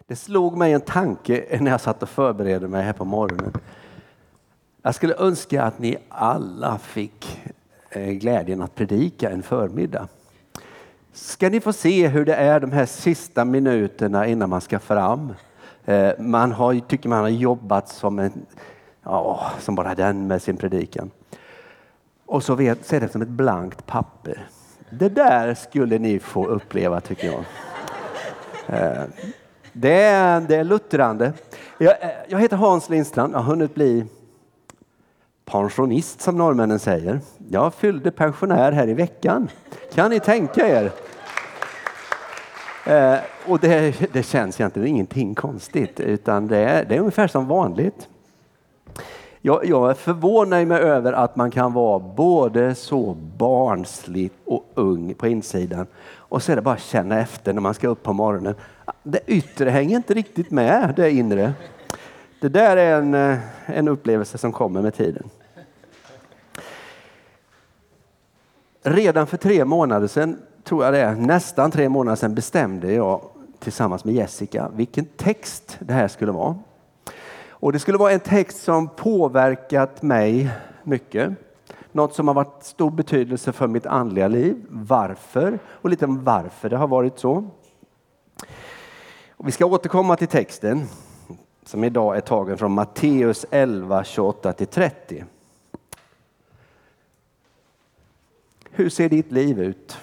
Det slog mig en tanke när jag satt och förberedde mig här på morgonen. Jag skulle önska att ni alla fick glädjen att predika en förmiddag. Ska ni få se hur det är de här sista minuterna innan man ska fram. Tycker man har jobbat som bara den med sin predikan. Och så är det som ett blankt papper. Det där skulle ni få uppleva, tycker jag. Det är luttrande. Jag heter Hans Lindstrand. Jag har hunnit bli pensionist, som norrmännen säger. Jag fyllde pensionär här i veckan. Kan ni tänka er? Och det känns egentligen ingenting konstigt, utan det är ungefär som vanligt. Jag förvånar mig över att man kan vara både så barnslig och ung på insidan. Och så är det bara att känna efter när man ska upp på morgonen. Det yttre hänger inte riktigt med, det inre. Det där är en upplevelse som kommer med tiden. Redan för 3 månader sedan, tror jag det är, nästan 3 månader sedan, bestämde jag tillsammans med Jessica vilken text det här skulle vara. Och det skulle vara en text som påverkat mig mycket. Något som har varit stor betydelse för mitt andliga liv. Varför? Och lite om varför det har varit så. Och vi ska återkomma till texten som idag är tagen från Matteus 11, 28-30. Hur ser ditt liv ut?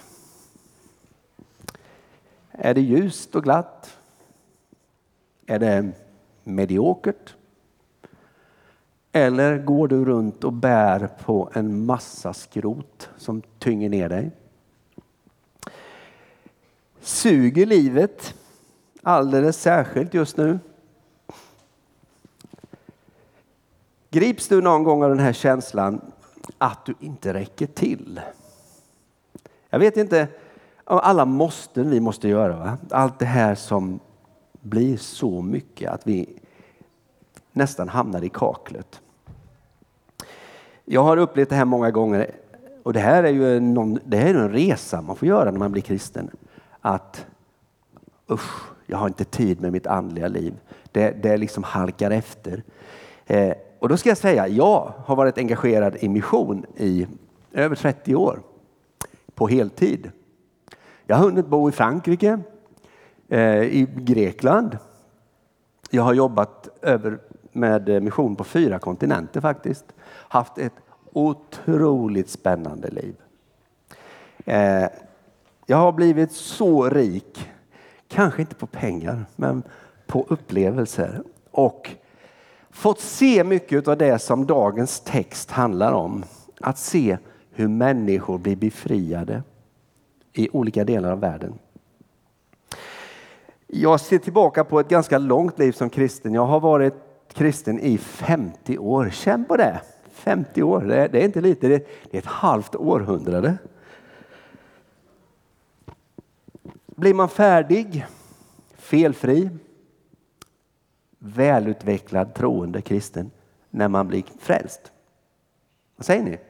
Är det ljust och glatt? Är det mediokert? Eller går du runt och bär på en massa skrot som tynger ner dig? Suger livet alldeles särskilt just nu? Grips du någon gång av den här känslan att du inte räcker till? Jag vet inte, alla vi måste göra, va? Allt det här som blir så mycket att vi nästan hamnar i kaklet. Jag har upplevt det här många gånger, och det här är ju en resa man får göra när man blir kristen. Att jag har inte tid med mitt andliga liv. Det liksom halkar efter. Och då ska jag säga, jag har varit engagerad i mission i över 30 år. På heltid. Jag har hunnit bo i Frankrike, i Grekland. Jag har jobbat med mission på 4 kontinenter faktiskt. Haft ett otroligt spännande liv. Jag har blivit så rik, kanske inte på pengar, men på upplevelser. Och fått se mycket av det som dagens text handlar om. Att se hur människor blir befriade i olika delar av världen. Jag ser tillbaka på ett ganska långt liv som kristen. Jag har varit kristen i 50 år. Känn på det. 50 år, det är inte lite. Det är ett halvt århundrade. Blir man färdig, felfri, välutvecklad, troende kristen när man blir frälst? Vad säger ni?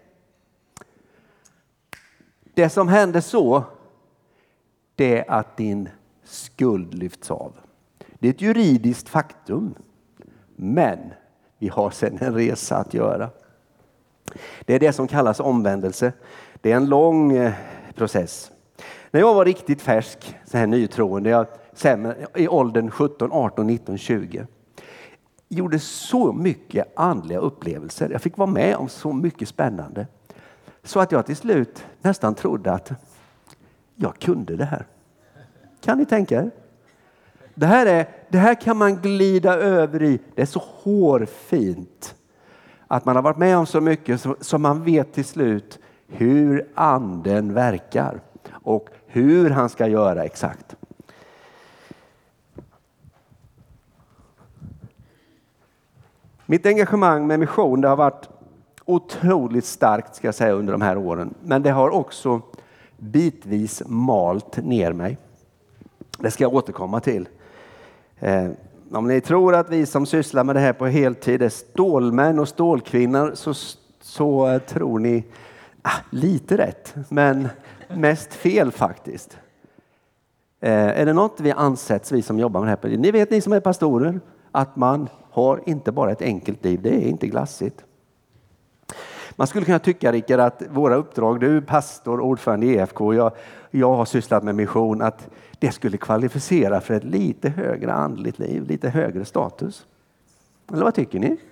Det som händer så, det är att din skuld lyfts av. Det är ett juridiskt faktum. Men vi har sedan en resa att göra. Det är det som kallas omvändelse. Det är en lång process. När jag var riktigt färsk, så här nytroende, i åldern 17, 18, 19, 20. Gjorde så mycket andliga upplevelser. Jag fick vara med om så mycket spännande. Så att jag till slut nästan trodde att jag kunde det här. Kan ni tänka er? Det här kan man glida över i. Det är så hårfint. Att man har varit med om så mycket så man vet till slut hur anden verkar. Och hur han ska göra exakt. Mitt engagemang med mission, det har varit otroligt starkt, ska jag säga, under de här åren. Men det har också bitvis malt ner mig. Det ska jag återkomma till. Om ni tror att vi som sysslar med det här på heltid är stålmän och stålkvinnor, så tror ni lite rätt. Men mest fel faktiskt. Är det något vi ansett, vi som jobbar med det här? Ni vet, ni som är pastorer, att man har inte bara ett enkelt liv. Det är inte glassigt. Man skulle kunna tycka, Rickard, att våra uppdrag, du är pastor, ordförande i EFK, jag har sysslat med mission, att det skulle kvalificera för ett lite högre andligt liv, lite högre status. Eller vad tycker ni?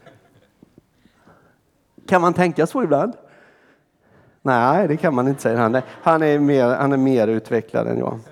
Kan man tänka så ibland? Nej, det kan man inte säga. Han är mer utvecklad än jag.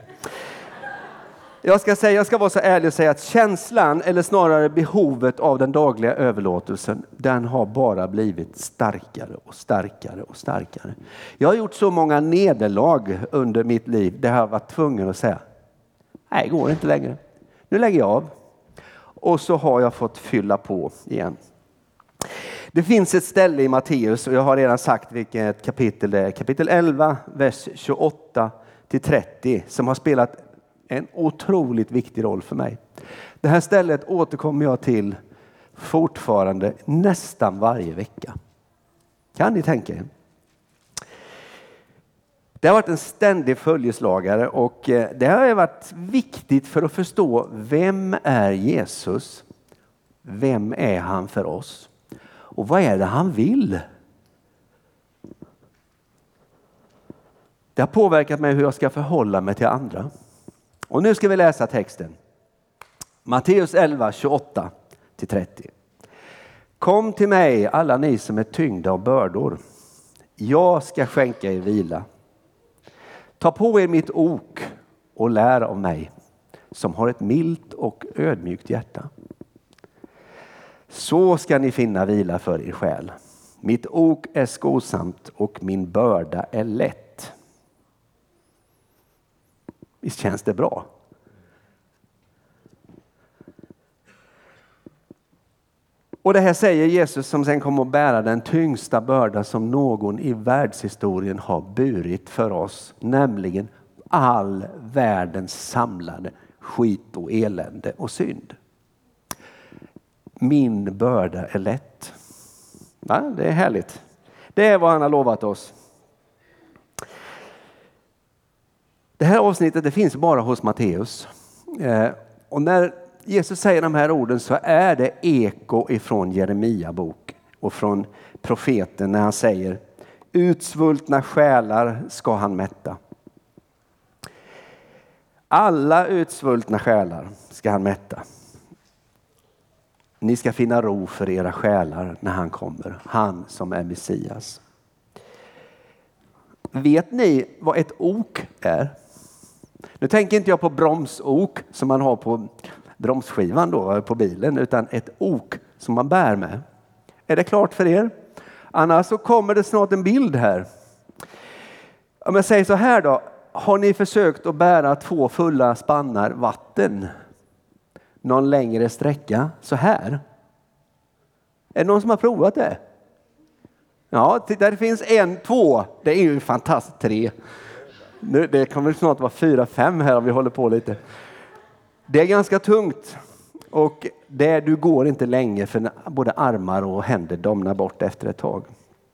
Jag ska vara så ärlig och säga att känslan, eller snarare behovet av den dagliga överlåtelsen, den har bara blivit starkare och starkare och starkare. Jag har gjort så många nederlag under mitt liv där jag har varit tvungen att säga, nej, det går inte längre. Nu lägger jag av. Och så har jag fått fylla på igen. Det finns ett ställe i Matteus, och jag har redan sagt vilket kapitel det är. Kapitel 11, vers 28-30, som har spelat en otroligt viktig roll för mig. Det här stället återkommer jag till fortfarande nästan varje vecka. Kan ni tänka er? Det har varit en ständig följeslagare, och det har varit viktigt för att förstå, vem är Jesus? Vem är han för oss? Och vad är det han vill? Det har påverkat mig hur jag ska förhålla mig till andra. Och nu ska vi läsa texten. Matteus 11, 28-30. Kom till mig, alla ni som är tyngda av bördor. Jag ska skänka er vila. Ta på er mitt ok och lär av mig, som har ett milt och ödmjukt hjärta. Så ska ni finna vila för er själ. Mitt ok är skosamt och min börda är lätt. Visst känns det bra? Och det här säger Jesus, som sen kommer att bära den tyngsta börda som någon i världshistorien har burit för oss. Nämligen all världens samlade skit och elände och synd. Min börda är lätt. Ja, det är härligt. Det är vad han har lovat oss. Det här avsnittet, det finns bara hos Matteus. Och när Jesus säger de här orden så är det eko ifrån Jeremia bok och från profeten när han säger: utsvultna själar ska han mätta. Alla utsvultna själar ska han mätta. Ni ska finna ro för era själar när han kommer, han som är Messias. Vet ni vad ett ok är? Nu tänker inte jag på bromsok som man har på bromsskivan då, på bilen, utan ett ok som man bär med. Är det klart för er? Annars så kommer det snart en bild här. Om jag säger så här då, har ni försökt att bära 2 fulla spannar vatten någon längre sträcka så här? Är det någon som har provat det? Ja, där finns 1, 2, det är ju fantastiskt, 3. Nu, det kommer snart vara 4, 5 här om vi håller på lite. Det är ganska tungt, och du går inte länge för både armar och händer domnar bort efter ett tag.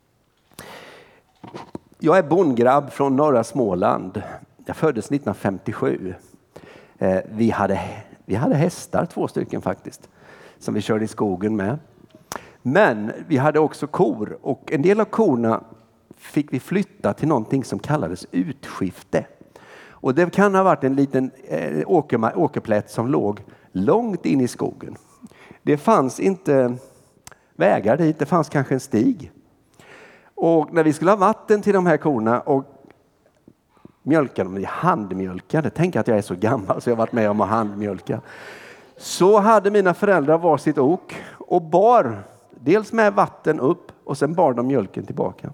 Jag är bondgrabb från norra Småland. Jag föddes 1957. Vi hade hästar, 2 stycken faktiskt, som vi körde i skogen med. Men vi hade också kor, och en del av korna fick vi flytta till någonting som kallades utskifte. Och det kan ha varit en liten åkerplätt som låg långt in i skogen. Det fanns inte vägar dit, det fanns kanske en stig. Och när vi skulle ha vatten till de här korna och mjölka dem, handmjölkade, tänk att jag är så gammal så jag har varit med om att handmjölka. Så hade mina föräldrar var sitt ok och bar dels med vatten upp och sen bar de mjölken tillbaka.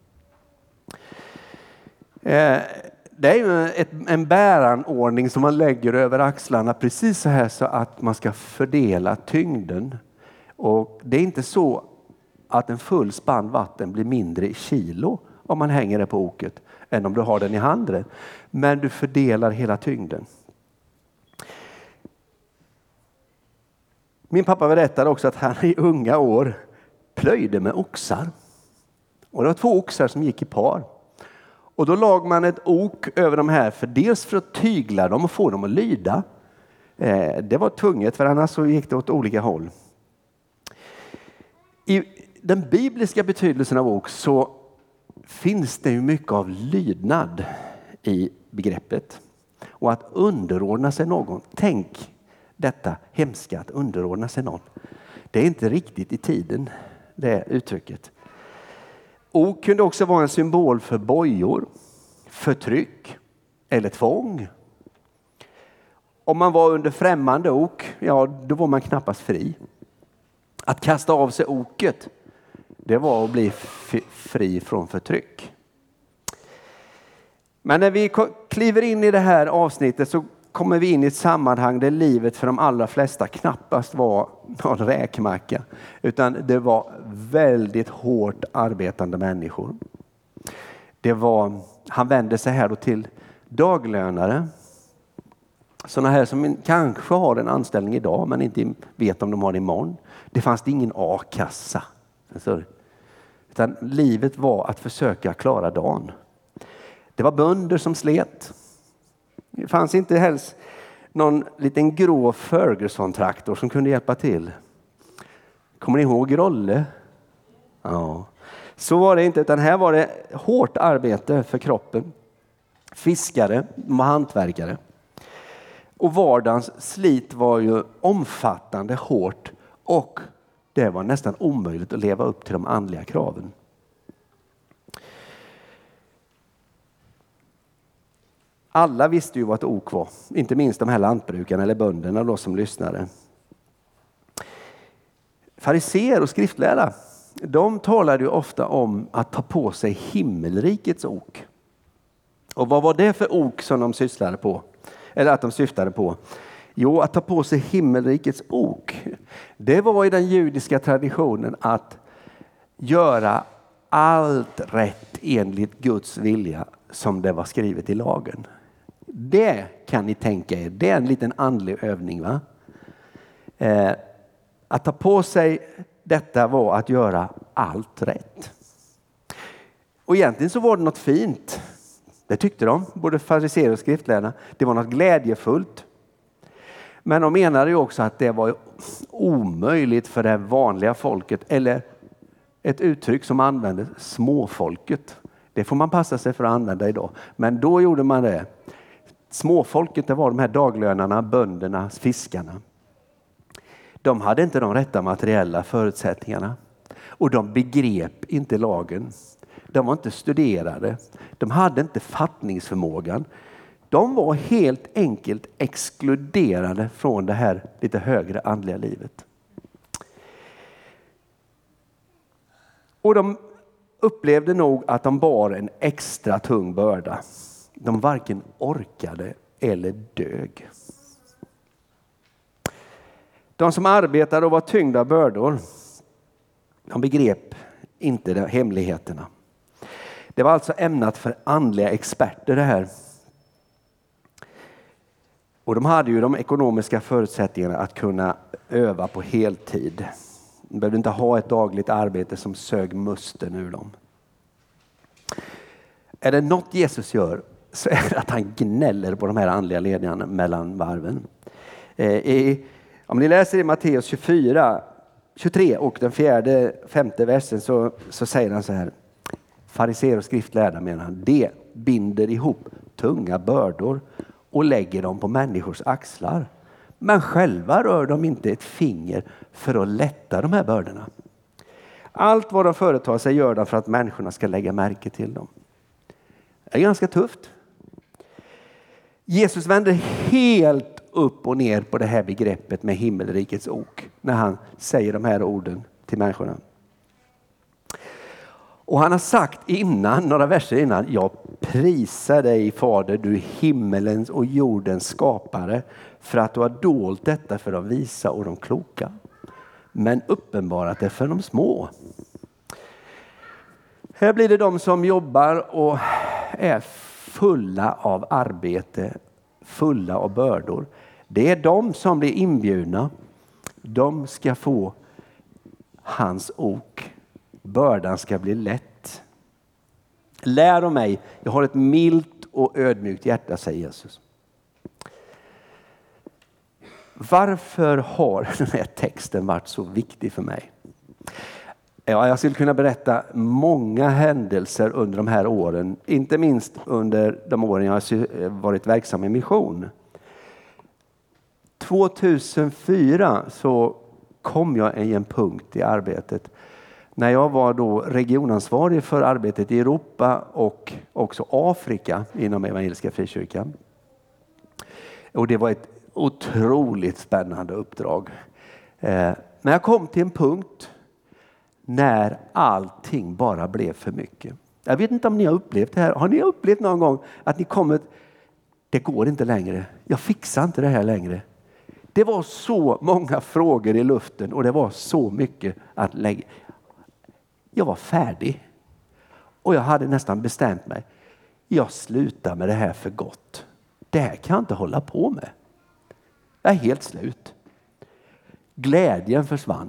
Det är ju en bäranordning som man lägger över axlarna precis så här, så att man ska fördela tyngden. Och det är inte så att en full spann vatten blir mindre i kilo om man hänger det på oket än om du har den i handen. Men du fördelar hela tyngden. Min pappa berättade också att han i unga år plöjde med oxar. Och det var 2 oxar som gick i par. Och då lag man ett ok över de här, för dels för att tygla dem och få dem att lyda. Det var tvunget, för annars så gick det åt olika håll. I den bibliska betydelsen av ok så finns det ju mycket av lydnad i begreppet. Och att underordna sig någon. Tänk detta hemska, att underordna sig någon. Det är inte riktigt i tiden, det uttrycket. Ok kunde också vara en symbol för bojor, förtryck eller tvång. Om man var under främmande ok, ja då var man knappast fri. Att kasta av sig oket, det var att bli fri från förtryck. Men när vi kliver in i det här avsnittet så kommer vi in i ett sammanhang där livet för de allra flesta knappast var någon räkmacka. Utan det var väldigt hårt arbetande människor. Han vände sig här då till daglönare. Sådana här som kanske har en anställning idag men inte vet om de har det imorgon. Det fanns ingen a-kassa. Utan livet var att försöka klara dagen. Det var bönder som slet. Det fanns inte helst någon liten grå Ferguson-traktor som kunde hjälpa till. Kommer ni ihåg Rolle? Ja. Så var det inte, utan här var det hårt arbete för kroppen. Fiskare, hantverkare. Och vardagens slit var ju omfattande, hårt, och det var nästan omöjligt att leva upp till de andliga kraven. Alla visste ju vad ett ok var, inte minst de här lantbrukarna eller bönderna då som lyssnade. Fariseer och skriftlärda, de talade ju ofta om att ta på sig himmelrikets ok. Och vad var det för ok som de sysslade på? Eller att de syftade på? Jo, att ta på sig himmelrikets ok. Det var i den judiska traditionen att göra allt rätt enligt Guds vilja som det var skrivet i lagen. Det kan ni tänka er, det är en liten andlig övning, va? Att ta på sig detta var att göra allt rätt. Och egentligen så var det något fint. Det tyckte de, både fariseer och skriftlärarna. Det var något glädjefullt. Men de menade ju också att det var omöjligt för det vanliga folket, eller ett uttryck som användes, småfolket. Det får man passa sig för att använda idag. Men då gjorde man det. Småfolket, det var de här daglönarna, bönderna, fiskarna. De hade inte de rätta materiella förutsättningarna. Och de begrep inte lagen. De var inte studerade. De hade inte fattningsförmågan. De var helt enkelt exkluderade från det här lite högre andliga livet. Och de upplevde nog att de bar en extra tung börda. De varken orkade eller dög. De som arbetade och var tyngda av bördor, de begrep inte hemligheterna. Det var alltså ämnat för andliga experter det här. Och de hade ju de ekonomiska förutsättningarna att kunna öva på heltid. De behövde inte ha ett dagligt arbete som sög musten ur dem. Är det något Jesus gör så är det att han gnäller på de här andliga ledningarna mellan varven. Om ni läser i Matteus 23 och den 4-5 versen så säger han så här. Fariseer och skriftlärda, menar han, det binder ihop tunga bördor och lägger dem på människors axlar. Men själva rör de inte ett finger för att lätta de här bördorna. Allt vad de företar sig gör de för att människorna ska lägga märke till dem. Det är ganska tufft. Jesus vänder helt upp och ner på det här begreppet med himmelrikets ok när han säger de här orden till människorna. Och han har sagt innan, några verser innan, jag prisar dig Fader, du himmelens och jordens skapare, för att du har dolt detta för de visa och de kloka, men uppenbarat det för de små. Här blir det de som jobbar och är fulla av arbete, fulla av bördor. Det är de som blir inbjudna. De ska få hans ok. Bördan ska bli lätt. Lär av mig, jag har ett milt och ödmjukt hjärta, säger Jesus. Varför har den här texten varit så viktig för mig? Ja, jag skulle kunna berätta många händelser under de här åren. Inte minst under de åren jag har varit verksam i mission. 2004 så kom jag i en punkt i arbetet. När jag var då regionansvarig för arbetet i Europa och också Afrika inom Evangeliska Frikyrkan. Och det var ett otroligt spännande uppdrag. Men jag kom till en punkt när allting bara blev för mycket. Jag vet inte om ni har upplevt det här. Har ni upplevt någon gång att ni kommit, det går inte längre. Jag fixar inte det här längre. Det var så många frågor i luften och det var så mycket att lägga. Jag var färdig. Och jag hade nästan bestämt mig. Jag slutar med det här för gott. Det här kan jag inte hålla på med. Jag är helt slut. Glädjen försvann.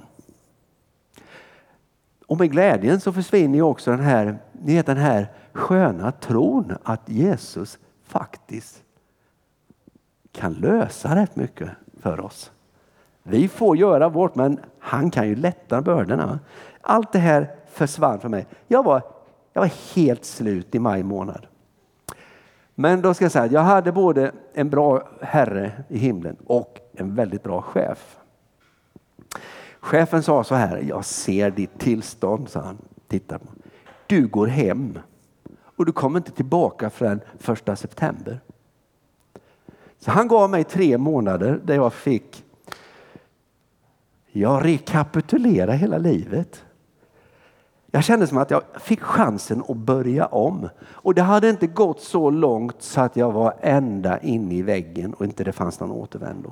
Och med glädjen så försvinner ju också den här sköna tron att Jesus faktiskt kan lösa rätt mycket för oss. Vi får göra vårt, men han kan ju lätta bördorna. Allt det här försvann för mig. Jag var helt slut i maj månad. Men då ska jag säga att jag hade både en bra herre i himlen och en väldigt bra chef. Chefen sa så här: jag ser ditt tillstånd, sa han. Titta på. Du går hem och du kommer inte tillbaka förrän 1 september. Så han gav mig 3 månader där jag fick rekapitulera hela livet. Jag kände som att jag fick chansen att börja om. Och det hade inte gått så långt så att jag var ända inne i väggen och inte det fanns någon återvändo.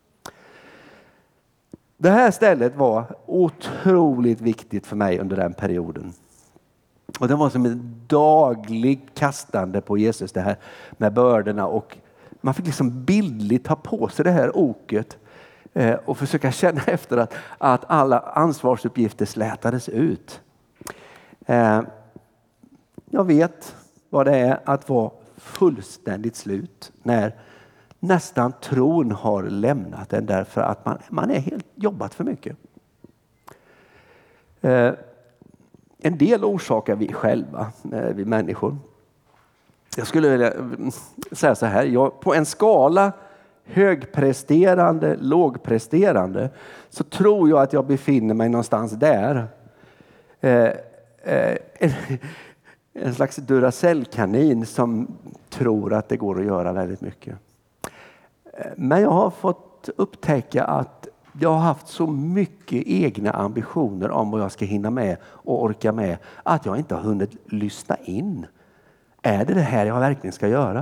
Det här stället var otroligt viktigt för mig under den perioden. Och det var som en daglig kastande på Jesus, det här med bördorna. Och man fick liksom bildligt ta på sig det här oket och försöka känna efter att alla ansvarsuppgifter slätades ut. Jag vet vad det är att vara fullständigt slut när nästan tron har lämnat en därför att man är helt jobbat för mycket. En del orsakar vi själva, vi människor. Jag skulle vilja säga så här, på en skala högpresterande, lågpresterande så tror jag att jag befinner mig någonstans där. En slags Duracell-kanin som tror att det går att göra väldigt mycket. Men jag har fått upptäcka att jag har haft så mycket egna ambitioner om vad jag ska hinna med och orka med att jag inte har hunnit lyssna in. Är det här jag verkligen ska göra?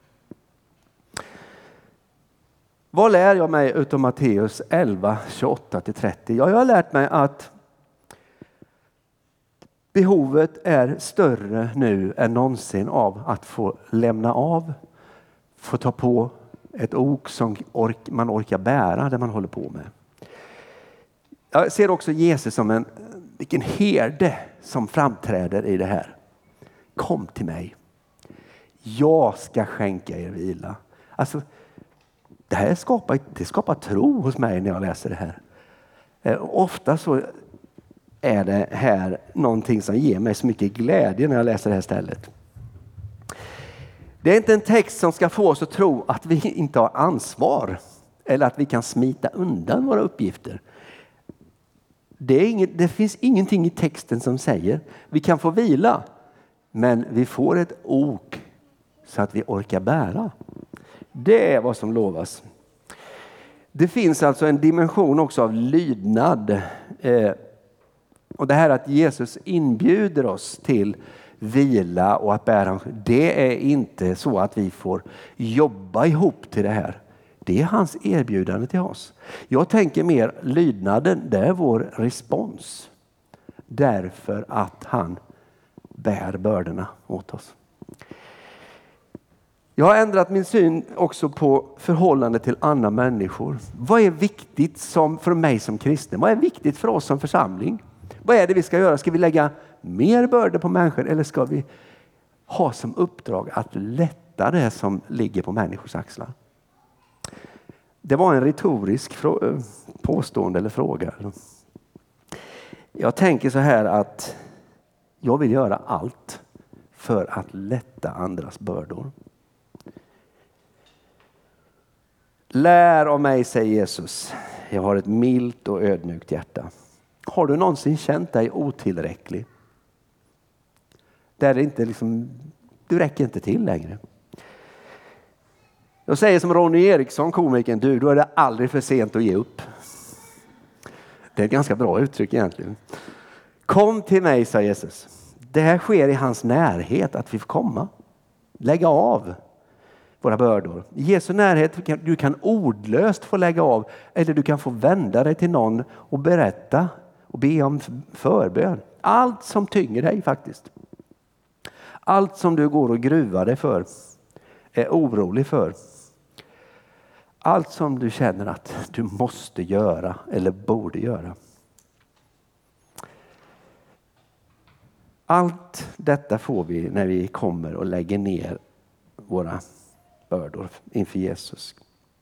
Vad lär jag mig utav Matteus 11, 28-30? Ja, jag har lärt mig att behovet är större nu än någonsin av att få lämna av, få ta på ett ok som man orkar bära det man håller på med. Jag ser också Jesus som vilken herde som framträder i det här. Kom till mig. Jag ska skänka er vila. Alltså, det här skapar tro hos mig när jag läser det här. Ofta så är det här någonting som ger mig så mycket glädje när jag läser det här stället. Det är inte en text som ska få oss att tro att vi inte har ansvar eller att vi kan smita undan våra uppgifter. Det finns ingenting i texten som säger vi kan få vila, men vi får ett ok så att vi orkar bära. Det är vad som lovas. Det finns alltså en dimension också av lydnad. Och det här att Jesus inbjuder oss till vila och att bära, det är inte så att vi får jobba ihop till det här. Det är hans erbjudande till oss. Jag tänker mer lydnaden, det är vår respons. Därför att han bär bördorna åt oss. Jag har ändrat min syn också på förhållande till andra människor. Vad är viktigt för mig som kristen? Vad är viktigt för oss som församling? Vad är det vi ska göra? Ska vi lägga mer bördor på människor eller ska vi har som uppdrag att lätta det som ligger på människors axlar. Det var en retorisk påstående eller fråga. Jag tänker så här att jag vill göra allt för att lätta andras bördor. Lär av mig, säger Jesus. Jag har ett milt och ödmjukt hjärta. Har du någonsin känt dig otillräcklig? Där det inte du räcker inte till längre. Jag säger som Ronny Eriksson, komikern, då är det aldrig för sent att ge upp. Det är ett ganska bra uttryck egentligen. Kom till mig, sa Jesus. Det här sker i hans närhet, att vi får komma. Lägga av våra bördor. I Jesu närhet, du kan ordlöst få lägga av, eller du kan få vända dig till någon och berätta och be om förbön. Allt som tynger dig faktiskt. Allt som du går och gruvar dig för, är orolig för. Allt som du känner att du måste göra eller borde göra. Allt detta får vi när vi kommer och lägger ner våra bördor inför Jesus.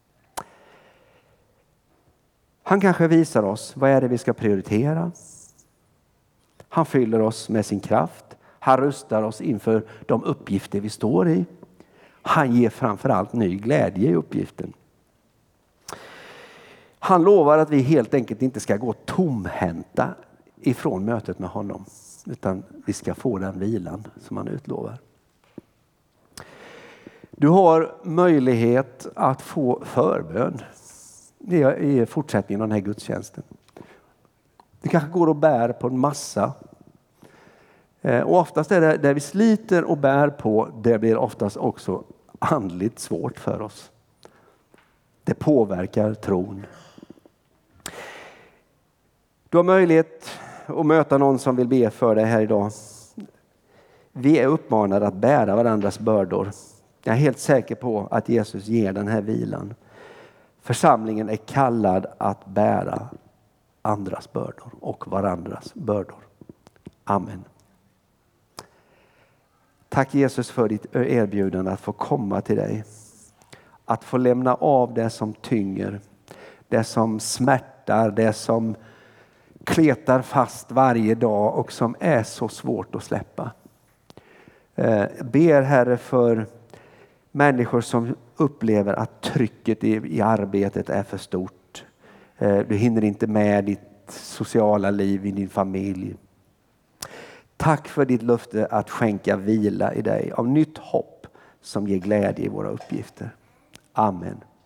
Han kanske visar oss vad är det vi ska prioritera. Han fyller oss med sin kraft. Han rustar oss inför de uppgifter vi står i. Han ger framförallt ny glädje i uppgiften. Han lovar att vi helt enkelt inte ska gå tomhänta ifrån mötet med honom. Utan vi ska få den vilan som han utlovar. Du har möjlighet att få förbön i fortsättningen av den här gudstjänsten. Det kanske går och bär på en massa. Och oftast är det där vi sliter och bär på, det blir oftast också andligt svårt för oss. Det påverkar tron. Du har möjlighet att möta någon som vill be för dig här idag. Vi är uppmanade att bära varandras bördor. Jag är helt säker på att Jesus ger den här vilan. Församlingen är kallad att bära andras bördor och varandras bördor. Amen. Tack Jesus för ditt erbjudande att få komma till dig. Att få lämna av det som tynger. Det som smärtar. Det som kletar fast varje dag och som är så svårt att släppa. Ber Herre för människor som upplever att trycket i arbetet är för stort. Du hinner inte med ditt sociala liv i din familj. Tack för ditt löfte att skänka vila i dig av nytt hopp som ger glädje i våra uppgifter. Amen.